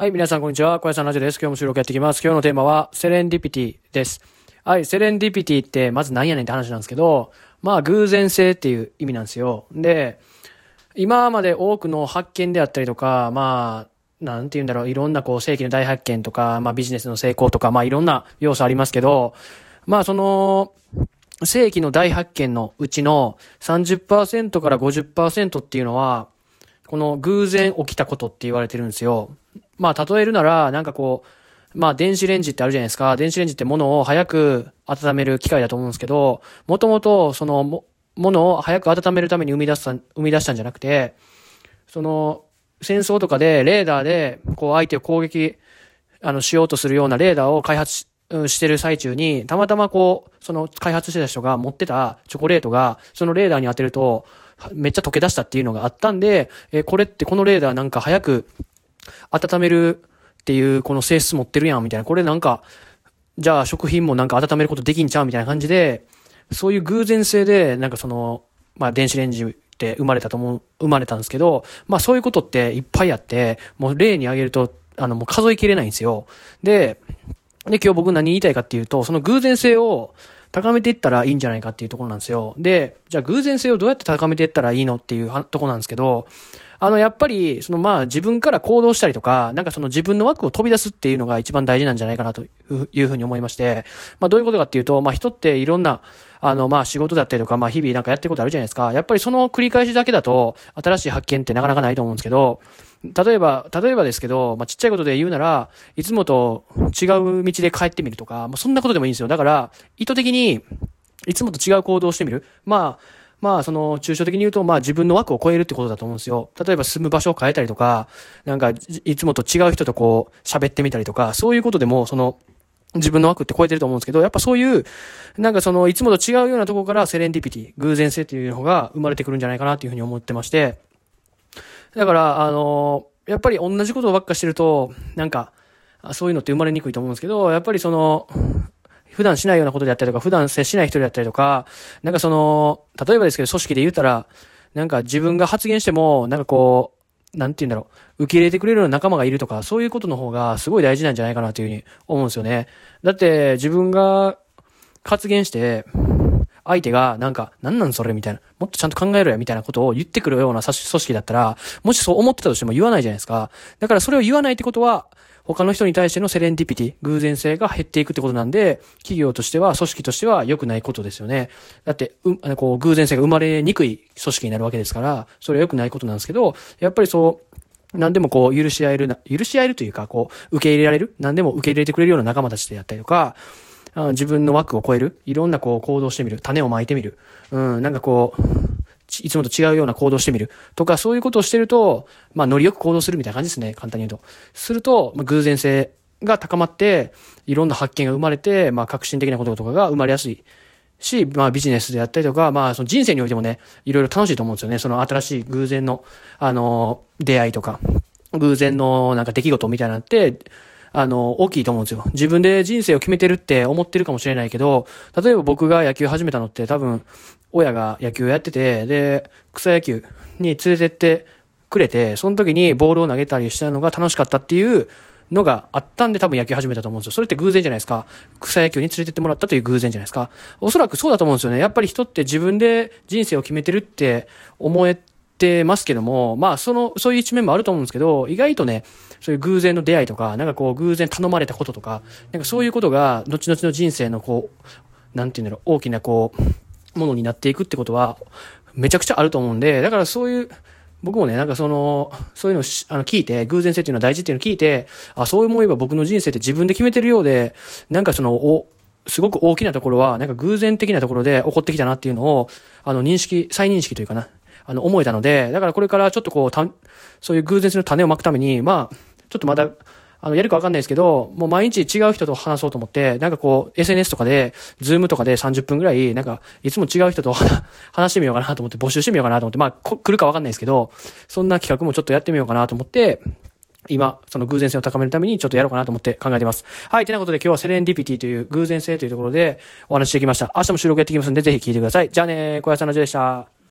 はい、皆さんこんにちは。小屋さんラジオです。今日も収録やっていきます。今日のテーマはセレンディピティです。はい、セレンディピティってまず何やねんって話なんですけど、偶然性っていう意味なんですよ。で、今まで多くの発見であったりとか、なんて言うんだろう、いろんな世紀の大発見とか、ビジネスの成功とか、いろんな要素ありますけど、世紀の大発見のうちの 30% から 50% っていうのは、この偶然起きたことって言われてるんですよ。例えるなら、電子レンジってあるじゃないですか。電子レンジって物を早く温める機械だと思うんですけど、もともとその物を早く温めるために生み出したんじゃなくて、戦争とかでレーダーで相手を攻撃しようとするようなレーダーを開発してる最中に、たまたまその開発してた人が持ってたチョコレートがそのレーダーに当てるとめっちゃ溶け出したっていうのがあったんで、これってこのレーダー早く温めるっていうこの性質持ってるやんみたいな、これじゃあ食品も温めることできんちゃうみたいな感じで、そういう偶然性で電子レンジって生まれたんですけど、そういうことっていっぱいあって、もう例に挙げるともう数えきれないんですよ。で今日僕何言いたいかっていうと、その偶然性を高めていったらいいんじゃないかっていうところなんですよ。で、じゃあ偶然性をどうやって高めていったらいいのっていうところなんですけど、やっぱり、自分から行動したりとか、自分の枠を飛び出すっていうのが一番大事なんじゃないかなというふうに思いまして、どういうことかっていうと、人っていろんな、仕事だったりとか、日々やってることあるじゃないですか。やっぱりその繰り返しだけだと、新しい発見ってなかなかないと思うんですけど、例えばですけど、ちっちゃいことで言うなら、いつもと違う道で帰ってみるとか、そんなことでもいいんですよ。だから、意図的に、いつもと違う行動をしてみる。抽象的に言うと、自分の枠を超えるってことだと思うんですよ。例えば住む場所を変えたりとか、いつもと違う人と喋ってみたりとか、そういうことでも、自分の枠って超えてると思うんですけど、やっぱそういう、いつもと違うようなところからセレンディピティ、偶然性っていうのが生まれてくるんじゃないかなっていうふうに思ってまして、だから、やっぱり同じことばっかしてると、そういうのって生まれにくいと思うんですけど、やっぱり普段しないようなことであったりとか、普段接しない人であったりとか、例えばですけど、組織で言ったら、自分が発言しても、なんて言うんだろう、受け入れてくれるような仲間がいるとか、そういうことの方がすごい大事なんじゃないかなというふうに思うんですよね。だって、自分が発言して、相手がなんなんそれみたいな、もっとちゃんと考えろやみたいなことを言ってくるような組織だったら、もしそう思ってたとしても言わないじゃないですか。だからそれを言わないってことは、他の人に対してのセレンディピティ、偶然性が減っていくってことなんで、企業としては、組織としては良くないことですよね。だって、偶然性が生まれにくい組織になるわけですから、それは良くないことなんですけど、やっぱり何でも許し合えるというか、受け入れられる、何でも受け入れてくれるような仲間たちであったりとか、自分の枠を超える、いろんな行動してみる、種をまいてみる、いつもと違うような行動してみるとか、そういうことをしてると、ノリよく行動するみたいな感じですね。簡単に言うと。すると、偶然性が高まって、いろんな発見が生まれて、革新的なこととかが生まれやすいし、ビジネスであったりとか、その人生においてもね、いろいろ楽しいと思うんですよね。その新しい偶然の、出会いとか、偶然の出来事みたいなのって、大きいと思うんですよ。自分で人生を決めてるって思ってるかもしれないけど、例えば僕が野球始めたのって多分、親が野球やってて、で、草野球に連れてってくれて、その時にボールを投げたりしたのが楽しかったっていうのがあったんで多分野球始めたと思うんですよ。それって偶然じゃないですか。草野球に連れてってもらったという偶然じゃないですか。おそらくそうだと思うんですよね。やっぱり人って自分で人生を決めてるって思えてますけども、そういう一面もあると思うんですけど、意外とね、そういう偶然の出会いとか、偶然頼まれたこととか、そういうことが、後々の人生のなんていうんだろう、大きなものになっていくってことは、めちゃくちゃあると思うんで、だからそういう、僕もね、そういうのを聞いて、偶然性っていうのは大事っていうのを聞いて、そう思えば僕の人生って自分で決めてるようで、すごく大きなところは、偶然的なところで起こってきたなっていうのを、再認識というかな、思えたので、だからこれからちょっとそういう偶然性の種をまくために、ちょっとまだ、やるかわかんないですけど、もう毎日違う人と話そうと思って、SNS とかで、ズームとかで30分ぐらい、いつも違う人と話してみようかなと思って、募集してみようかなと思って、来るかわかんないですけど、そんな企画もちょっとやってみようかなと思って、今、その偶然性を高めるためにちょっとやろうかなと思って考えています。はい。てなことで今日はセレンディピティという偶然性というところでお話ししてきました。明日も収録やってきますんで、ぜひ聞いてください。じゃあね、小屋さんのジュでした。